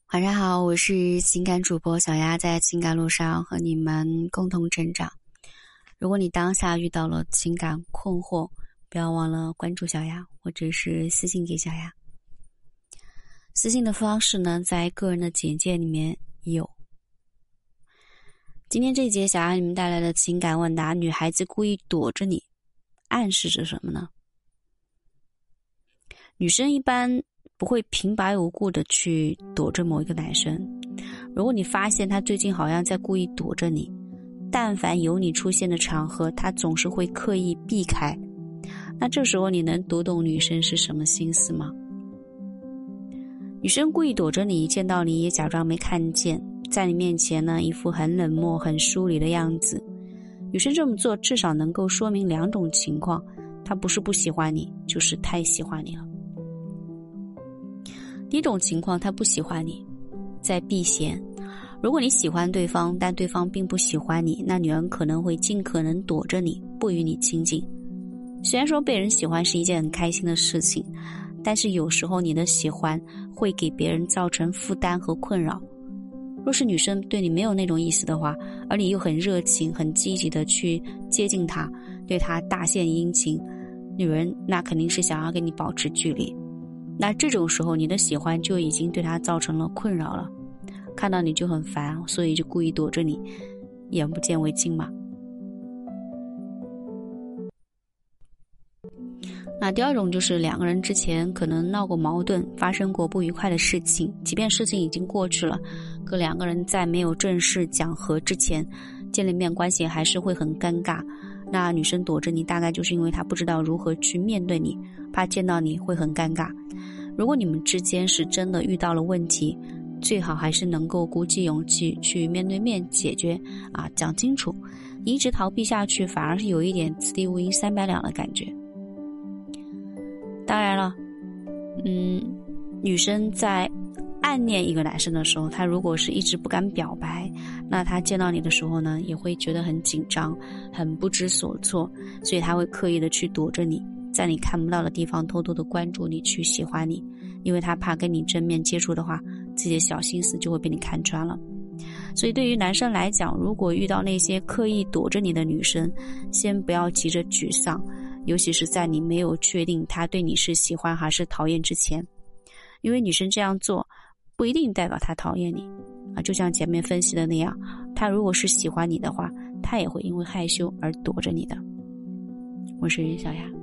晚上好，我是情感主播小丫，在情感路上和你们共同成长。如果你当下遇到了情感困惑，不要忘了关注小丫，或者是私信给小丫。私信的方式呢，在个人的简介里面有。今天这一节小丫给你们带来的情感问答，女孩子故意躲着你，暗示着什么呢？女生一般不会平白无故的去躲着某一个男生。如果你发现他最近好像在故意躲着你，但凡有你出现的场合，他总是会刻意避开。那这时候你能读懂女生是什么心思吗？女生故意躲着你，见到你也假装没看见，在你面前呢，一副很冷漠很疏离的样子。女生这么做至少能够说明两种情况，她不是不喜欢你，就是太喜欢你了。第一种情况，他不喜欢你，在避嫌。如果你喜欢对方，但对方并不喜欢你，那女人可能会尽可能躲着你，不与你亲近。虽然说被人喜欢是一件很开心的事情，但是有时候你的喜欢会给别人造成负担和困扰。若是女生对你没有那种意思的话，而你又很热情很积极的去接近她，对她大献殷勤，女人那肯定是想要跟你保持距离。那这种时候你的喜欢就已经对他造成了困扰了，看到你就很烦，所以就故意躲着你，眼不见为净嘛。那第二种就是两个人之前可能闹过矛盾，发生过不愉快的事情，即便事情已经过去了，可两个人在没有正式讲和之前见了面，关系还是会很尴尬。那女生躲着你，大概就是因为她不知道如何去面对你，怕见到你会很尴尬。如果你们之间是真的遇到了问题，最好还是能够鼓起勇气去面对面解决讲清楚。你一直逃避下去，反而是有一点此地无银三百两的感觉。当然了，女生在暗恋一个男生的时候，她如果是一直不敢表白，那她见到你的时候呢，也会觉得很紧张，很不知所措，所以她会刻意的去躲着你，在你看不到的地方偷偷的关注你，去喜欢你，因为她怕跟你正面接触的话，自己的小心思就会被你看穿了。所以对于男生来讲，如果遇到那些刻意躲着你的女生，先不要急着沮丧，尤其是在你没有确定她对你是喜欢还是讨厌之前，因为女生这样做不一定代表她讨厌你就像前面分析的那样，她如果是喜欢你的话，她也会因为害羞而躲着你的。我是小雅。